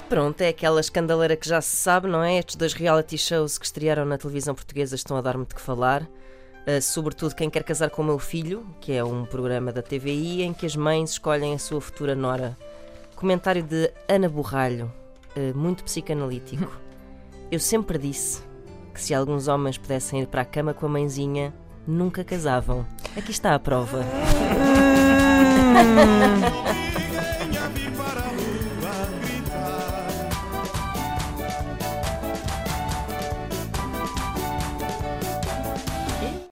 Pronto, é aquela escandaleira que já se sabe, não é? Estes 2 reality shows que estrearam na televisão portuguesa estão a dar-me de que falar. Sobretudo Quem Quer Casar com o Meu Filho, que é um programa da TVI em que as mães escolhem a sua futura nora. Comentário de Ana Borralho, muito psicanalítico. Eu sempre disse que se alguns homens pudessem ir para a cama com a mãezinha, nunca casavam. Aqui está a prova.